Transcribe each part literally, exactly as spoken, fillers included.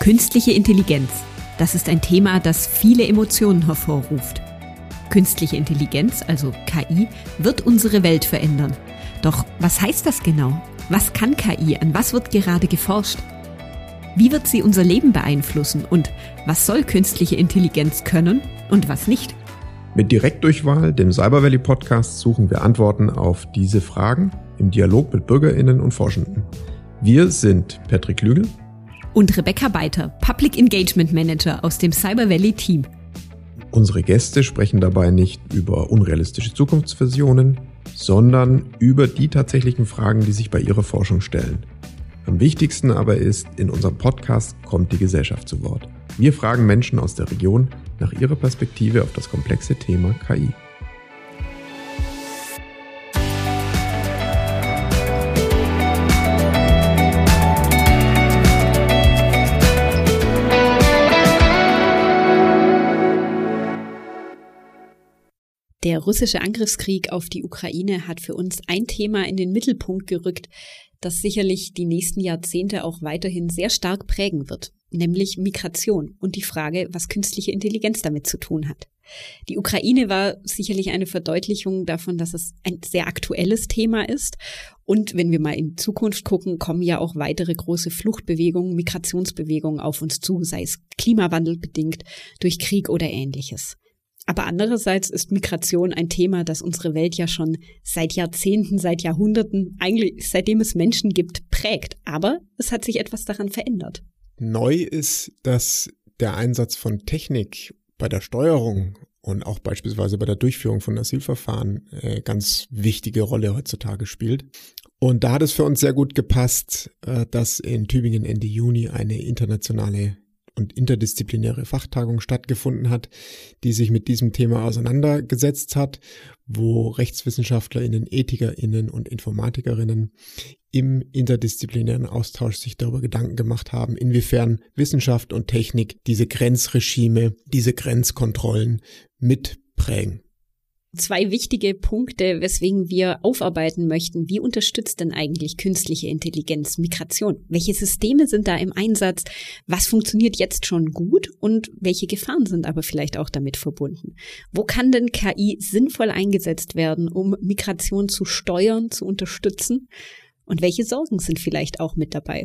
Künstliche Intelligenz. Das ist ein Thema, das viele Emotionen hervorruft. Künstliche Intelligenz, also K I, wird unsere Welt verändern. Doch was heißt das genau? Was kann K I? An was wird gerade geforscht? Wie wird sie unser Leben beeinflussen? Und was soll künstliche Intelligenz können und was nicht? Mit Direktdurchwahl, dem Cyber Valley Podcast, suchen wir Antworten auf diese Fragen im Dialog mit BürgerInnen und Forschenden. Wir sind Patrick Lügel und Rebecca Beiter, Public Engagement Manager aus dem Cyber Valley Team. Unsere Gäste sprechen dabei nicht über unrealistische Zukunftsvisionen, sondern über die tatsächlichen Fragen, die sich bei ihrer Forschung stellen. Am wichtigsten aber ist, in unserem Podcast kommt die Gesellschaft zu Wort. Wir fragen Menschen aus der Region nach ihrer Perspektive auf das komplexe Thema K I. Der russische Angriffskrieg auf die Ukraine hat für uns ein Thema in den Mittelpunkt gerückt, das sicherlich die nächsten Jahrzehnte auch weiterhin sehr stark prägen wird, nämlich Migration und die Frage, was künstliche Intelligenz damit zu tun hat. Die Ukraine war sicherlich eine Verdeutlichung davon, dass es ein sehr aktuelles Thema ist. Und wenn wir mal in Zukunft gucken, kommen ja auch weitere große Fluchtbewegungen, Migrationsbewegungen auf uns zu, sei es klimawandelbedingt, durch Krieg oder Ähnliches. Aber andererseits ist Migration ein Thema, das unsere Welt ja schon seit Jahrzehnten, seit Jahrhunderten, eigentlich seitdem es Menschen gibt, prägt. Aber es hat sich etwas daran verändert. Neu ist, dass der Einsatz von Technik bei der Steuerung und auch beispielsweise bei der Durchführung von Asylverfahren äh, ganz wichtige Rolle heutzutage spielt. Und da hat es für uns sehr gut gepasst, äh, dass in Tübingen Ende Juni eine internationale und interdisziplinäre Fachtagung stattgefunden hat, die sich mit diesem Thema auseinandergesetzt hat, wo RechtswissenschaftlerInnen, EthikerInnen und InformatikerInnen im interdisziplinären Austausch sich darüber Gedanken gemacht haben, inwiefern Wissenschaft und Technik diese Grenzregime, diese Grenzkontrollen mitprägen. Zwei wichtige Punkte, weswegen wir aufarbeiten möchten. Wie unterstützt denn eigentlich künstliche Intelligenz Migration? Welche Systeme sind da im Einsatz? Was funktioniert jetzt schon gut und welche Gefahren sind aber vielleicht auch damit verbunden? Wo kann denn K I sinnvoll eingesetzt werden, um Migration zu steuern, zu unterstützen? Und welche Sorgen sind vielleicht auch mit dabei?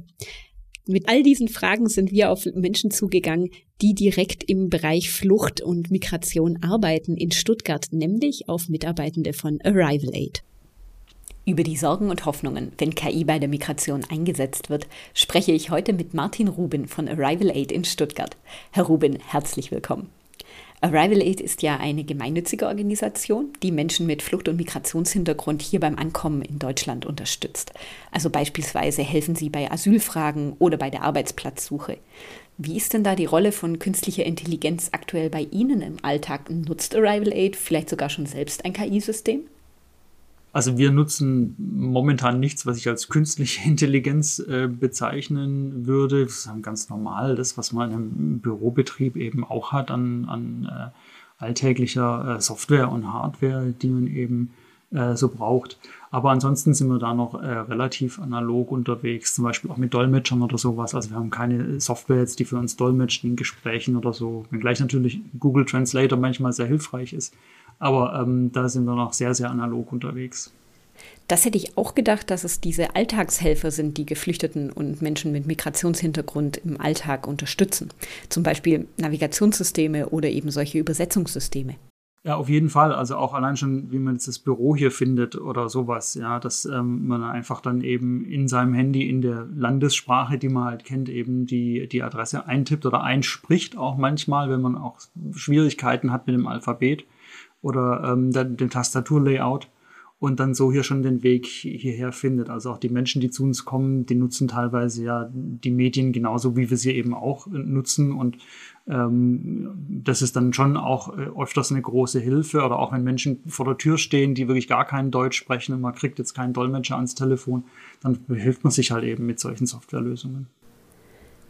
Mit all diesen Fragen sind wir auf Menschen zugegangen, die direkt im Bereich Flucht und Migration arbeiten in Stuttgart, nämlich auf Mitarbeitende von Arrival Aid. Über die Sorgen und Hoffnungen, wenn K I bei der Migration eingesetzt wird, spreche ich heute mit Martin Rubin von Arrival Aid in Stuttgart. Herr Rubin, herzlich willkommen. Arrival Aid ist ja eine gemeinnützige Organisation, die Menschen mit Flucht- und Migrationshintergrund hier beim Ankommen in Deutschland unterstützt. Also beispielsweise helfen sie bei Asylfragen oder bei der Arbeitsplatzsuche. Wie ist denn da die Rolle von künstlicher Intelligenz aktuell bei Ihnen im Alltag? Nutzt Arrival Aid vielleicht sogar schon selbst ein K I-System? Also wir nutzen momentan nichts, was ich als künstliche Intelligenz äh, bezeichnen würde. Das ist ganz normal, das, was man im Bürobetrieb eben auch hat an, an äh, alltäglicher äh, Software und Hardware, die man eben äh, so braucht. Aber ansonsten sind wir da noch äh, relativ analog unterwegs, zum Beispiel auch mit Dolmetschern oder sowas. Also wir haben keine Software jetzt, die für uns dolmetscht in Gesprächen oder so. Wenngleich natürlich Google Translator manchmal sehr hilfreich ist. Aber ähm, da sind wir noch sehr, sehr analog unterwegs. Das hätte ich auch gedacht, dass es diese Alltagshelfer sind, die Geflüchteten und Menschen mit Migrationshintergrund im Alltag unterstützen. Zum Beispiel Navigationssysteme oder eben solche Übersetzungssysteme. Ja, auf jeden Fall. Also auch allein schon, wie man jetzt das Büro hier findet oder sowas. Ja, dass ähm, man einfach dann eben in seinem Handy in der Landessprache, die man halt kennt, eben die, die Adresse eintippt oder einspricht auch manchmal, wenn man auch Schwierigkeiten hat mit dem Alphabet oder ähm, dem, dem Tastaturlayout und dann so hier schon den Weg hierher findet. Also auch die Menschen, die zu uns kommen, die nutzen teilweise ja die Medien genauso, wie wir sie eben auch nutzen und ähm, das ist dann schon auch äh, öfters eine große Hilfe oder auch wenn Menschen vor der Tür stehen, die wirklich gar kein Deutsch sprechen und man kriegt jetzt keinen Dolmetscher ans Telefon, dann hilft man sich halt eben mit solchen Softwarelösungen.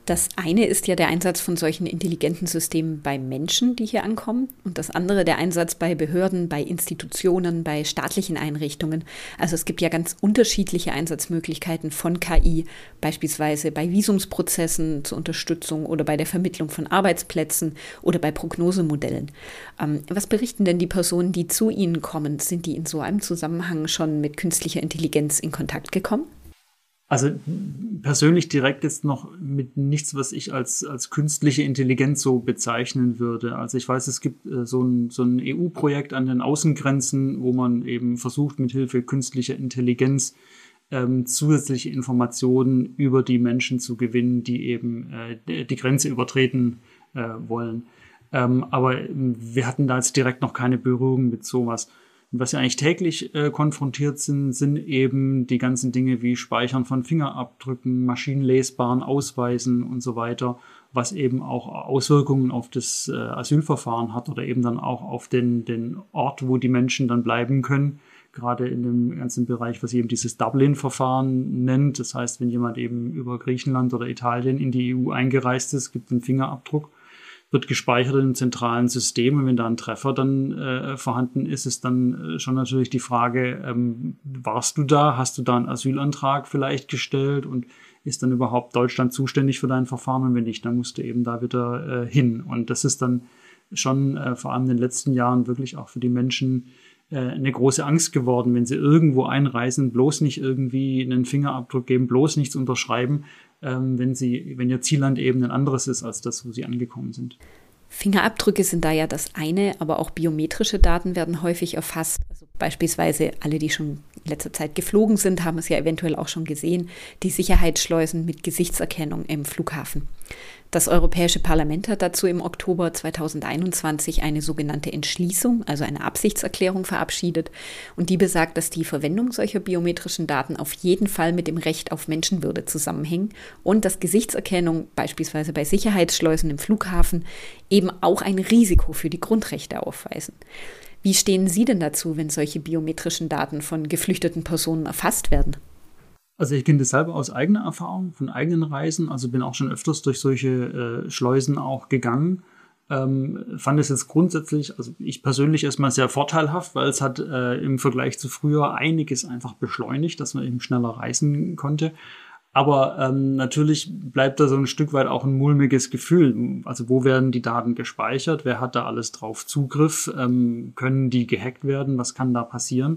Das eine ist ja der Einsatz von solchen intelligenten Systemen bei Menschen, die hier ankommen. Und das andere der Einsatz bei Behörden, bei Institutionen, bei staatlichen Einrichtungen. Also es gibt ja ganz unterschiedliche Einsatzmöglichkeiten von K I, beispielsweise bei Visumsprozessen zur Unterstützung oder bei der Vermittlung von Arbeitsplätzen oder bei Prognosemodellen. Ähm, was berichten denn die Personen, die zu Ihnen kommen? Sind die in so einem Zusammenhang schon mit künstlicher Intelligenz in Kontakt gekommen? Also persönlich direkt jetzt noch mit nichts, was ich als, als künstliche Intelligenz so bezeichnen würde. Also ich weiß, es gibt äh, so ein, so ein E U-Projekt an den Außengrenzen, wo man eben versucht, mithilfe künstlicher Intelligenz ähm, zusätzliche Informationen über die Menschen zu gewinnen, die eben äh, die Grenze übertreten äh, wollen. Ähm, aber wir hatten da jetzt direkt noch keine Berührung mit sowas. Was wir eigentlich täglich äh, konfrontiert sind, sind eben die ganzen Dinge wie Speichern von Fingerabdrücken, maschinenlesbaren Ausweisen und so weiter, was eben auch Auswirkungen auf das äh, Asylverfahren hat oder eben dann auch auf den, den Ort, wo die Menschen dann bleiben können. Gerade in dem ganzen Bereich, was eben dieses Dublin-Verfahren nennt. Das heißt, wenn jemand eben über Griechenland oder Italien in die E U eingereist ist, gibt es einen Fingerabdruck, wird gespeichert im zentralen System, und wenn da ein Treffer dann äh, vorhanden ist, ist dann äh, schon natürlich die Frage, ähm, warst du da, hast du da einen Asylantrag vielleicht gestellt und ist dann überhaupt Deutschland zuständig für dein Verfahren, und wenn nicht, dann musst du eben da wieder äh, hin. Und das ist dann schon äh, vor allem in den letzten Jahren wirklich auch für die Menschen äh, eine große Angst geworden, wenn sie irgendwo einreisen, bloß nicht irgendwie einen Fingerabdruck geben, bloß nichts unterschreiben, wenn sie, wenn ihr Zielland eben ein anderes ist als das, wo sie angekommen sind. Fingerabdrücke sind da ja das eine, aber auch biometrische Daten werden häufig erfasst. Also beispielsweise alle, die schon in letzter Zeit geflogen sind, haben es ja eventuell auch schon gesehen, die Sicherheitsschleusen mit Gesichtserkennung im Flughafen. Das Europäische Parlament hat dazu im Oktober zweitausendeinundzwanzig eine sogenannte Entschließung, also eine Absichtserklärung, verabschiedet. Und die besagt, dass die Verwendung solcher biometrischen Daten auf jeden Fall mit dem Recht auf Menschenwürde zusammenhängt und dass Gesichtserkennung beispielsweise bei Sicherheitsschleusen im Flughafen eben auch ein Risiko für die Grundrechte aufweisen. Wie stehen Sie denn dazu, wenn solche biometrischen Daten von geflüchteten Personen erfasst werden? Also ich kenne das selber aus eigener Erfahrung, von eigenen Reisen, also bin auch schon öfters durch solche äh, Schleusen auch gegangen. Ähm, fand es jetzt grundsätzlich, also ich persönlich erstmal sehr vorteilhaft, weil es hat äh, im Vergleich zu früher einiges einfach beschleunigt, dass man eben schneller reisen konnte. Aber ähm, natürlich bleibt da so ein Stück weit auch ein mulmiges Gefühl. Also wo werden die Daten gespeichert? Wer hat da alles drauf Zugriff? Ähm, können die gehackt werden? Was kann da passieren?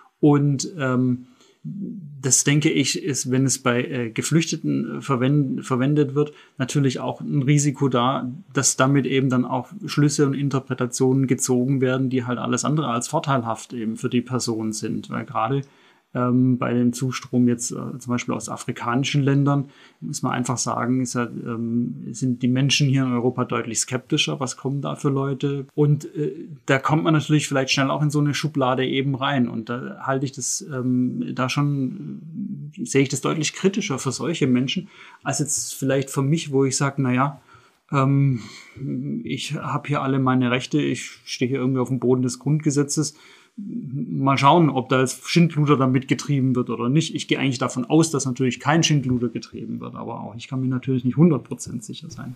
Und ähm, das, denke ich, ist, wenn es bei äh, Geflüchteten verwend- verwendet wird, natürlich auch ein Risiko da, dass damit eben dann auch Schlüsse und Interpretationen gezogen werden, die halt alles andere als vorteilhaft eben für die Person sind. Weil gerade ähm, bei dem Zustrom jetzt äh, zum Beispiel aus afrikanischen Ländern, muss man einfach sagen, ist ja, ähm, sind die Menschen hier in Europa deutlich skeptischer. Was kommen da für Leute? Und äh, da kommt man natürlich vielleicht schnell auch in so eine Schublade eben rein. Und da halte ich das ähm, da schon, äh, sehe ich das deutlich kritischer für solche Menschen, als jetzt vielleicht für mich, wo ich sage, naja, ähm, ich habe hier alle meine Rechte, ich stehe hier irgendwie auf dem Boden des Grundgesetzes. Mal schauen, ob da jetzt Schindluder damit getrieben wird oder nicht. Ich gehe eigentlich davon aus, dass natürlich kein Schindluder getrieben wird, aber auch ich kann mir natürlich nicht hundert Prozent sicher sein.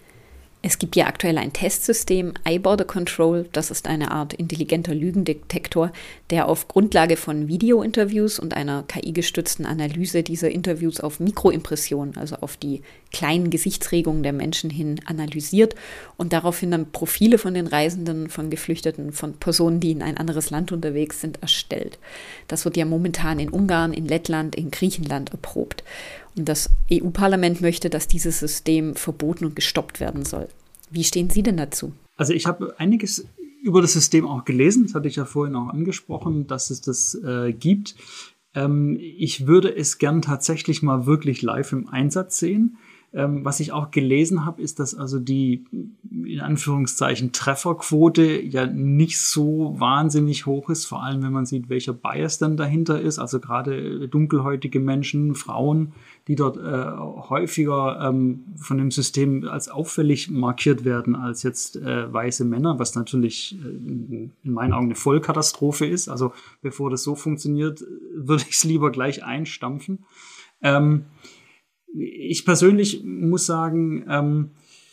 Es gibt ja aktuell ein Testsystem, iBorder Control, das ist eine Art intelligenter Lügendetektor, der auf Grundlage von Videointerviews und einer K I-gestützten Analyse dieser Interviews auf Mikroimpressionen, also auf die kleinen Gesichtsregungen der Menschen hin, analysiert und daraufhin dann Profile von den Reisenden, von Geflüchteten, von Personen, die in ein anderes Land unterwegs sind, erstellt. Das wird ja momentan in Ungarn, in Lettland, in Griechenland erprobt. Und das E U-Parlament möchte, dass dieses System verboten und gestoppt werden soll. Wie stehen Sie denn dazu? Also ich habe einiges über das System auch gelesen, das hatte ich ja vorhin auch angesprochen, dass es das äh, gibt. Ähm, ich würde es gern tatsächlich mal wirklich live im Einsatz sehen. Ähm, was ich auch gelesen habe, ist, dass also die, in Anführungszeichen, Trefferquote ja nicht so wahnsinnig hoch ist, vor allem wenn man sieht, welcher Bias dann dahinter ist, also gerade dunkelhäutige Menschen, Frauen, die dort äh, häufiger ähm, von dem System als auffällig markiert werden als jetzt äh, weiße Männer, was natürlich äh, in meinen Augen eine Vollkatastrophe ist. Also bevor das so funktioniert, würde ich es lieber gleich einstampfen. Ähm, ich persönlich muss sagen, ähm,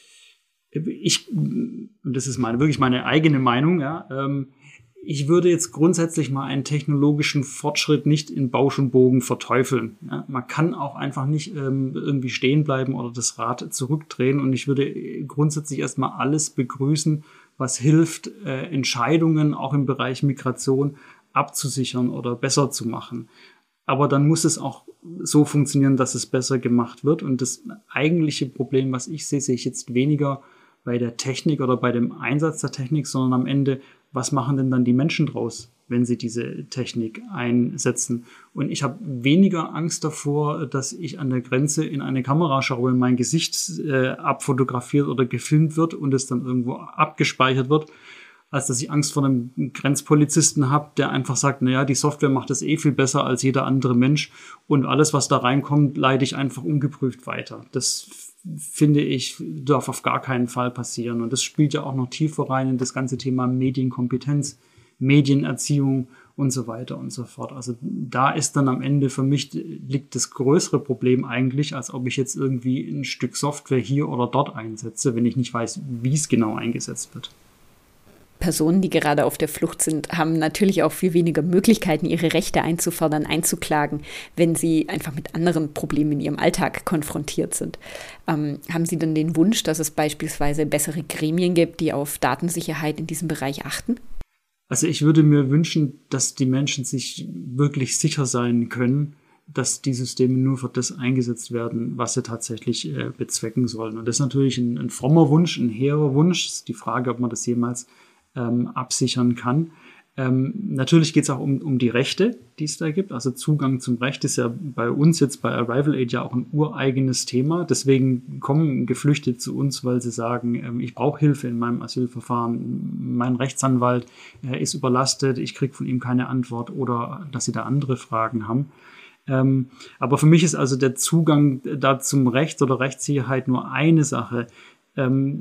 ich, und das ist meine, wirklich meine eigene Meinung, ja, ähm, ich würde jetzt grundsätzlich mal einen technologischen Fortschritt nicht in Bausch und Bogen verteufeln. Ja, man kann auch einfach nicht ähm, irgendwie stehen bleiben oder das Rad zurückdrehen. Und ich würde grundsätzlich erstmal alles begrüßen, was hilft, äh, Entscheidungen auch im Bereich Migration abzusichern oder besser zu machen. Aber dann muss es auch so funktionieren, dass es besser gemacht wird. Und das eigentliche Problem, was ich sehe, sehe ich jetzt weniger bei der Technik oder bei dem Einsatz der Technik, sondern am Ende, was machen denn dann die Menschen draus, wenn sie diese Technik einsetzen? Und ich habe weniger Angst davor, dass ich an der Grenze in eine Kamera schaue, mein Gesicht äh, abfotografiert oder gefilmt wird und es dann irgendwo abgespeichert wird, als dass ich Angst vor einem Grenzpolizisten habe, der einfach sagt, naja, die Software macht das eh viel besser als jeder andere Mensch und alles, was da reinkommt, leite ich einfach ungeprüft weiter. Das finde ich, darf auf gar keinen Fall passieren. Und das spielt ja auch noch tiefer rein in das ganze Thema Medienkompetenz, Medienerziehung und so weiter und so fort. Also da ist dann am Ende für mich liegt das größere Problem eigentlich, als ob ich jetzt irgendwie ein Stück Software hier oder dort einsetze, wenn ich nicht weiß, wie es genau eingesetzt wird. Personen, die gerade auf der Flucht sind, haben natürlich auch viel weniger Möglichkeiten, ihre Rechte einzufordern, einzuklagen, wenn sie einfach mit anderen Problemen in ihrem Alltag konfrontiert sind. Ähm, haben Sie denn den Wunsch, dass es beispielsweise bessere Gremien gibt, die auf Datensicherheit in diesem Bereich achten? Also ich würde mir wünschen, dass die Menschen sich wirklich sicher sein können, dass die Systeme nur für das eingesetzt werden, was sie tatsächlich äh, bezwecken sollen. Und das ist natürlich ein, ein frommer Wunsch, ein hehrer Wunsch. Es ist die Frage, ob man das jemals Ähm, absichern kann. Ähm, natürlich geht es auch um, um die Rechte, die es da gibt. Also Zugang zum Recht ist ja bei uns jetzt bei Arrival Aid ja auch ein ureigenes Thema. Deswegen kommen Geflüchtete zu uns, weil sie sagen, ähm, ich brauche Hilfe in meinem Asylverfahren. Mein Rechtsanwalt äh, ist überlastet, ich kriege von ihm keine Antwort oder dass sie da andere Fragen haben. Ähm, aber für mich ist also der Zugang da zum Recht oder Rechtssicherheit nur eine Sache. Ähm,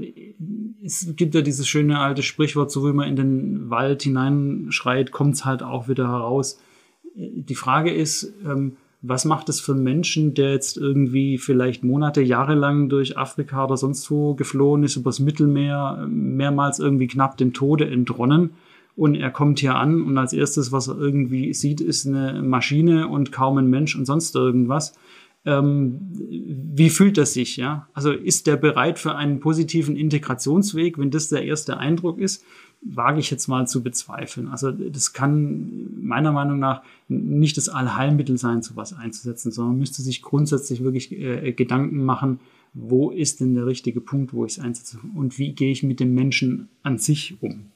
es gibt ja dieses schöne alte Sprichwort, so wie man in den Wald hineinschreit, kommt es halt auch wieder heraus. Die Frage ist, ähm, was macht es für einen Menschen, der jetzt irgendwie vielleicht Monate, Jahre lang durch Afrika oder sonst wo geflohen ist, übers Mittelmeer, mehrmals irgendwie knapp dem Tode entronnen und er kommt hier an und als erstes, was er irgendwie sieht, ist eine Maschine und kaum ein Mensch und sonst irgendwas. Ähm, wie fühlt er sich, ja? Also ist der bereit für einen positiven Integrationsweg, wenn das der erste Eindruck ist? Wage ich jetzt mal zu bezweifeln. Also das kann meiner Meinung nach nicht das Allheilmittel sein, sowas einzusetzen, sondern man müsste sich grundsätzlich wirklich äh, Gedanken machen, wo ist denn der richtige Punkt, wo ich es einsetze und wie gehe ich mit dem Menschen an sich um?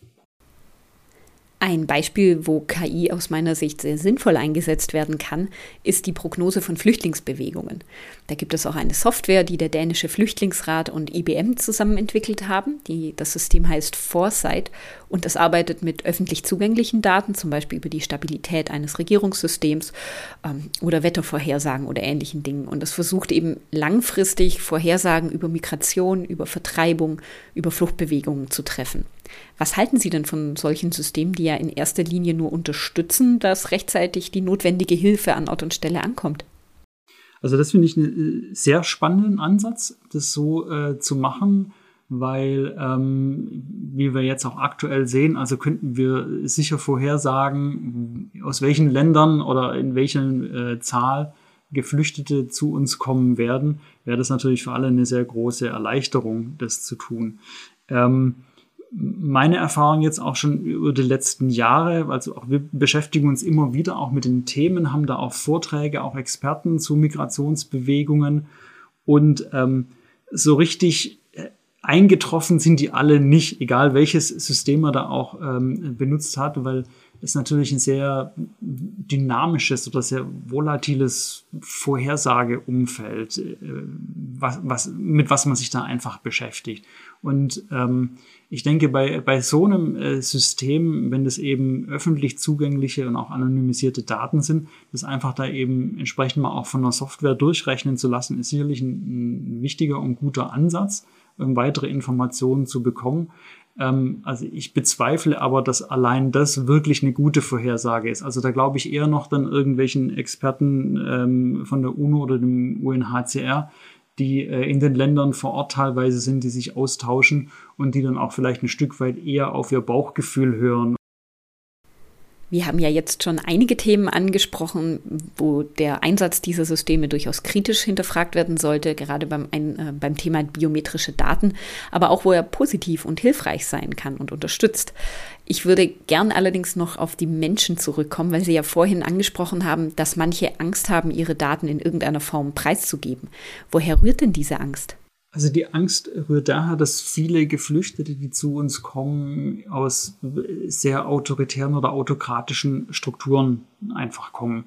Ein Beispiel, wo K I aus meiner Sicht sehr sinnvoll eingesetzt werden kann, ist die Prognose von Flüchtlingsbewegungen. Da gibt es auch eine Software, die der dänische Flüchtlingsrat und I B M zusammen entwickelt haben. Die, das System heißt Foresight und es arbeitet mit öffentlich zugänglichen Daten, zum Beispiel über die Stabilität eines Regierungssystems ähm, oder Wettervorhersagen oder ähnlichen Dingen. Und es versucht eben langfristig Vorhersagen über Migration, über Vertreibung, über Fluchtbewegungen zu treffen. Was halten Sie denn von solchen Systemen, die ja in erster Linie nur unterstützen, dass rechtzeitig die notwendige Hilfe an Ort und Stelle ankommt? Also das finde ich einen sehr spannenden Ansatz, das so äh, zu machen, weil, ähm, wie wir jetzt auch aktuell sehen, also könnten wir sicher vorhersagen, aus welchen Ländern oder in welcher äh, Zahl Geflüchtete zu uns kommen werden, wäre das natürlich für alle eine sehr große Erleichterung, das zu tun. Ähm, Meine Erfahrung jetzt auch schon über die letzten Jahre, also auch wir beschäftigen uns immer wieder auch mit den Themen, haben da auch Vorträge, auch Experten zu Migrationsbewegungen und ähm, so richtig eingetroffen sind die alle nicht, egal welches System man da auch ähm, benutzt hat, weil es natürlich ein sehr dynamisches oder sehr volatiles Vorhersageumfeld, äh, was, was, mit was man sich da einfach beschäftigt. Und ähm, ich denke, bei, bei so einem äh, System, wenn das eben öffentlich zugängliche und auch anonymisierte Daten sind, das einfach da eben entsprechend mal auch von der Software durchrechnen zu lassen, ist sicherlich ein, ein wichtiger und guter Ansatz, um weitere Informationen zu bekommen. Ähm, also ich bezweifle aber, dass allein das wirklich eine gute Vorhersage ist. Also da glaube ich eher noch dann irgendwelchen Experten ähm, von der UNO oder dem U N H C R, die äh, in den Ländern vor Ort teilweise sind, die sich austauschen und die dann auch vielleicht ein Stück weit eher auf ihr Bauchgefühl hören. Wir haben ja jetzt schon einige Themen angesprochen, wo der Einsatz dieser Systeme durchaus kritisch hinterfragt werden sollte, gerade beim, ein, äh, beim Thema biometrische Daten, aber auch wo er positiv und hilfreich sein kann und unterstützt. Ich würde gern allerdings noch auf die Menschen zurückkommen, weil Sie ja vorhin angesprochen haben, dass manche Angst haben, ihre Daten in irgendeiner Form preiszugeben. Woher rührt denn diese Angst? Also die Angst rührt daher, dass viele Geflüchtete, die zu uns kommen, aus sehr autoritären oder autokratischen Strukturen einfach kommen.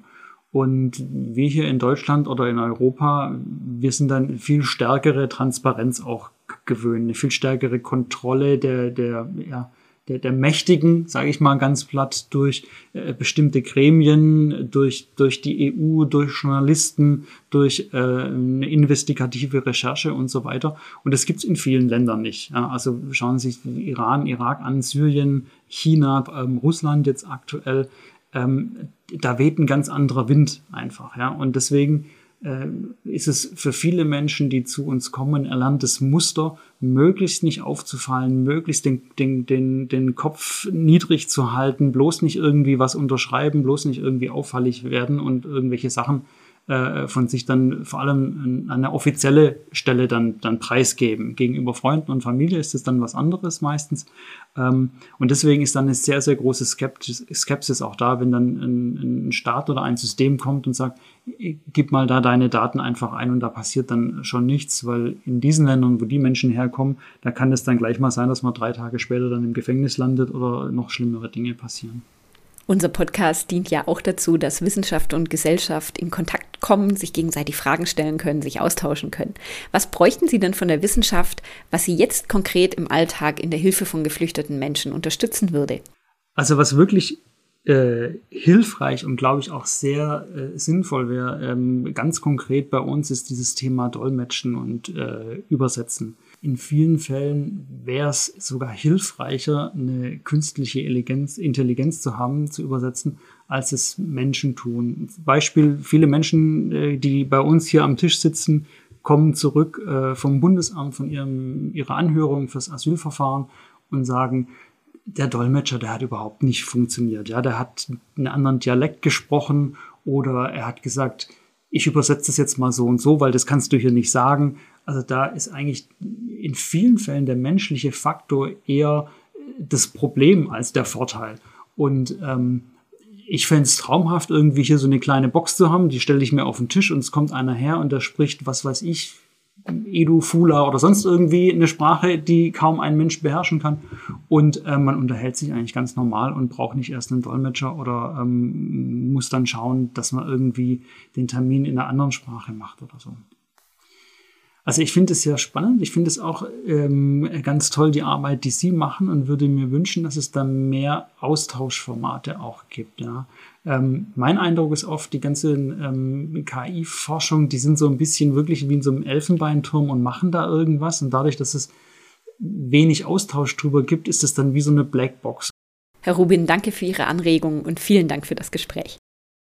Und wir hier in Deutschland oder in Europa, wir sind dann viel stärkere Transparenz auch gewöhnt, eine viel stärkere Kontrolle der, der, ja, der, der Mächtigen, sage ich mal ganz platt, durch äh, bestimmte Gremien, durch, durch die E U, durch Journalisten, durch äh, eine investigative Recherche und so weiter. Und das gibt's in vielen Ländern nicht. Ja, also schauen Sie sich Iran, Irak an, Syrien, China, ähm, Russland jetzt aktuell. Ähm, da weht ein ganz anderer Wind einfach. Ja, und deswegen äh, ist es für viele Menschen, die zu uns kommen, erlerntes Muster, möglichst nicht aufzufallen, möglichst den, den, den, den Kopf niedrig zu halten, bloß nicht irgendwie was unterschreiben, bloß nicht irgendwie auffällig werden und irgendwelche Sachen äh, von sich dann vor allem an eine offizielle Stelle dann, dann preisgeben. Gegenüber Freunden und Familie ist es dann was anderes meistens. Ähm, und deswegen ist dann eine sehr, sehr große Skepsis, Skepsis auch da, wenn dann ein, ein Staat oder ein System kommt und sagt, gib mal da deine Daten einfach ein und da passiert dann schon nichts, weil in diesen Ländern, wo die Menschen herkommen, da kann es dann gleich mal sein, dass man drei Tage später dann im Gefängnis landet oder noch schlimmere Dinge passieren. Unser Podcast dient ja auch dazu, dass Wissenschaft und Gesellschaft in Kontakt kommen, sich gegenseitig Fragen stellen können, sich austauschen können. Was bräuchten Sie denn von der Wissenschaft, was Sie jetzt konkret im Alltag in der Hilfe von geflüchteten Menschen unterstützen würde? Also was wirklich äh, hilfreich und glaube ich auch sehr äh, sinnvoll wäre, ähm, ganz konkret bei uns ist dieses Thema Dolmetschen und äh, Übersetzen. In vielen Fällen wäre es sogar hilfreicher, eine künstliche Intelligenz, Intelligenz zu haben, zu übersetzen, als es Menschen tun. Beispiel, viele Menschen, die bei uns hier am Tisch sitzen, kommen zurück vom Bundesamt, von ihrem, ihrer Anhörung fürs Asylverfahren und sagen, der Dolmetscher, der hat überhaupt nicht funktioniert. Ja, der hat einen anderen Dialekt gesprochen oder er hat gesagt, ich übersetze das jetzt mal so und so, weil das kannst du hier nicht sagen. Also da ist eigentlich in vielen Fällen der menschliche Faktor eher das Problem als der Vorteil. Und ähm, ich fände es traumhaft, irgendwie hier so eine kleine Box zu haben, die stelle ich mir auf den Tisch und es kommt einer her und der spricht, was weiß ich, Edu, Fula oder sonst irgendwie eine Sprache, die kaum ein Mensch beherrschen kann. Und äh, man unterhält sich eigentlich ganz normal und braucht nicht erst einen Dolmetscher oder ähm, muss dann schauen, dass man irgendwie den Termin in einer anderen Sprache macht oder so. Also ich finde es sehr spannend. Ich finde es auch ähm, ganz toll, die Arbeit, die Sie machen und würde mir wünschen, dass es da mehr Austauschformate auch gibt. Ja. Ähm, mein Eindruck ist oft, die ganze ähm, K I-Forschung, die sind so ein bisschen wirklich wie in so einem Elfenbeinturm und machen da irgendwas. Und dadurch, dass es wenig Austausch drüber gibt, ist es dann wie so eine Blackbox. Herr Rubin, danke für Ihre Anregungen und vielen Dank für das Gespräch.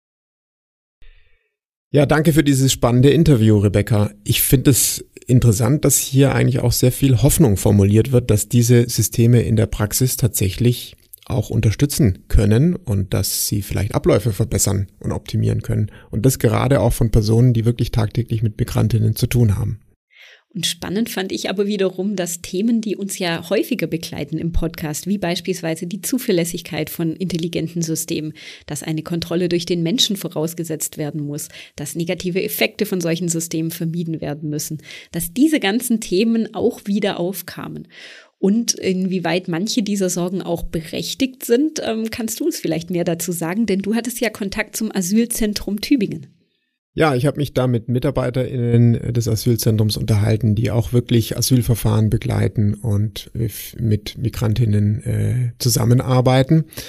Ja, danke für dieses spannende Interview, Rebecca. Ich finde es interessant, dass hier eigentlich auch sehr viel Hoffnung formuliert wird, dass diese Systeme in der Praxis tatsächlich auch unterstützen können und dass sie vielleicht Abläufe verbessern und optimieren können. Und das gerade auch von Personen, die wirklich tagtäglich mit Migrantinnen zu tun haben. Und spannend fand ich aber wiederum, dass Themen, die uns ja häufiger begleiten im Podcast, wie beispielsweise die Zuverlässigkeit von intelligenten Systemen, dass eine Kontrolle durch den Menschen vorausgesetzt werden muss, dass negative Effekte von solchen Systemen vermieden werden müssen, dass diese ganzen Themen auch wieder aufkamen. Und inwieweit manche dieser Sorgen auch berechtigt sind, kannst du uns vielleicht mehr dazu sagen, denn du hattest ja Kontakt zum Asylzentrum Tübingen. Ja, ich habe mich da mit MitarbeiterInnen des Asylzentrums unterhalten, die auch wirklich Asylverfahren begleiten und mit Migrantinnen äh, zusammenarbeiten.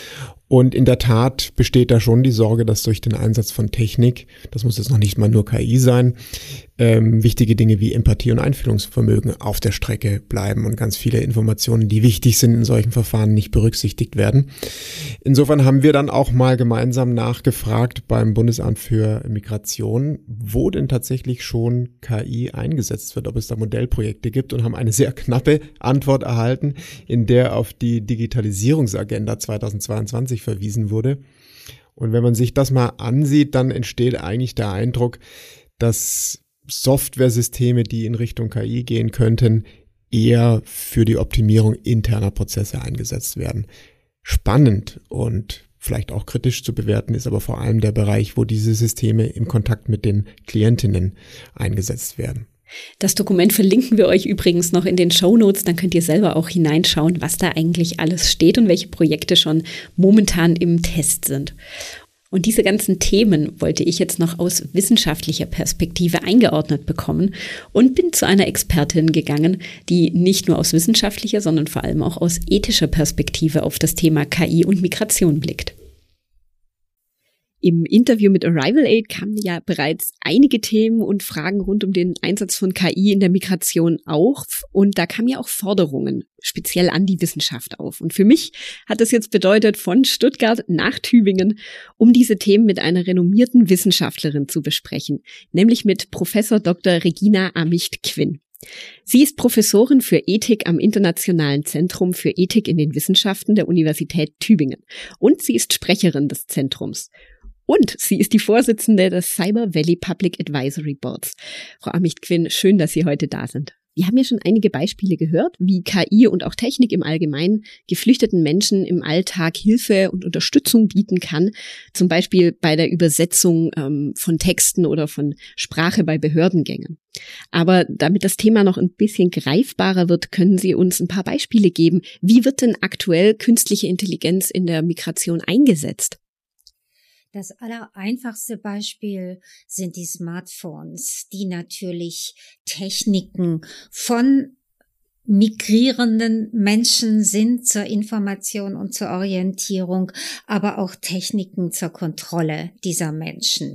Und in der Tat besteht da schon die Sorge, dass durch den Einsatz von Technik, das muss jetzt noch nicht mal nur K I sein, ähm, wichtige Dinge wie Empathie und Einfühlungsvermögen auf der Strecke bleiben und ganz viele Informationen, die wichtig sind in solchen Verfahren, nicht berücksichtigt werden. Insofern haben wir dann auch mal gemeinsam nachgefragt beim Bundesamt für Migration, wo denn tatsächlich schon K I eingesetzt wird, ob es da Modellprojekte gibt, und haben eine sehr knappe Antwort erhalten, in der auf die Digitalisierungsagenda zweitausendzweiundzwanzig verwiesen wurde. Und wenn man sich das mal ansieht, dann entsteht eigentlich der Eindruck, dass Softwaresysteme, die in Richtung K I gehen könnten, eher für die Optimierung interner Prozesse eingesetzt werden. Spannend und vielleicht auch kritisch zu bewerten ist aber vor allem der Bereich, wo diese Systeme im Kontakt mit den Klientinnen eingesetzt werden. Das Dokument verlinken wir euch übrigens noch in den Shownotes, dann könnt ihr selber auch hineinschauen, was da eigentlich alles steht und welche Projekte schon momentan im Test sind. Und diese ganzen Themen wollte ich jetzt noch aus wissenschaftlicher Perspektive eingeordnet bekommen und bin zu einer Expertin gegangen, die nicht nur aus wissenschaftlicher, sondern vor allem auch aus ethischer Perspektive auf das Thema K I und Migration blickt. Im Interview mit Arrival Aid kamen ja bereits einige Themen und Fragen rund um den Einsatz von K I in der Migration auf. Und da kamen ja auch Forderungen speziell an die Wissenschaft auf. Und für mich hat das jetzt bedeutet, von Stuttgart nach Tübingen, um diese Themen mit einer renommierten Wissenschaftlerin zu besprechen, nämlich mit Professor Doktor Regina Amicht-Quinn. Sie ist Professorin für Ethik am Internationalen Zentrum für Ethik in den Wissenschaften der Universität Tübingen. Und sie ist Sprecherin des Zentrums. Und sie ist die Vorsitzende des Cyber Valley Public Advisory Boards. Frau Amicht-Quinn, schön, dass Sie heute da sind. Wir haben ja schon einige Beispiele gehört, wie K I und auch Technik im Allgemeinen geflüchteten Menschen im Alltag Hilfe und Unterstützung bieten kann. Zum Beispiel bei der Übersetzung ähm, von Texten oder von Sprache bei Behördengängen. Aber damit das Thema noch ein bisschen greifbarer wird, können Sie uns ein paar Beispiele geben. Wie wird denn aktuell künstliche Intelligenz in der Migration eingesetzt? Das allereinfachste Beispiel sind die Smartphones, die natürlich Techniken von migrierenden Menschen sind zur Information und zur Orientierung, aber auch Techniken zur Kontrolle dieser Menschen.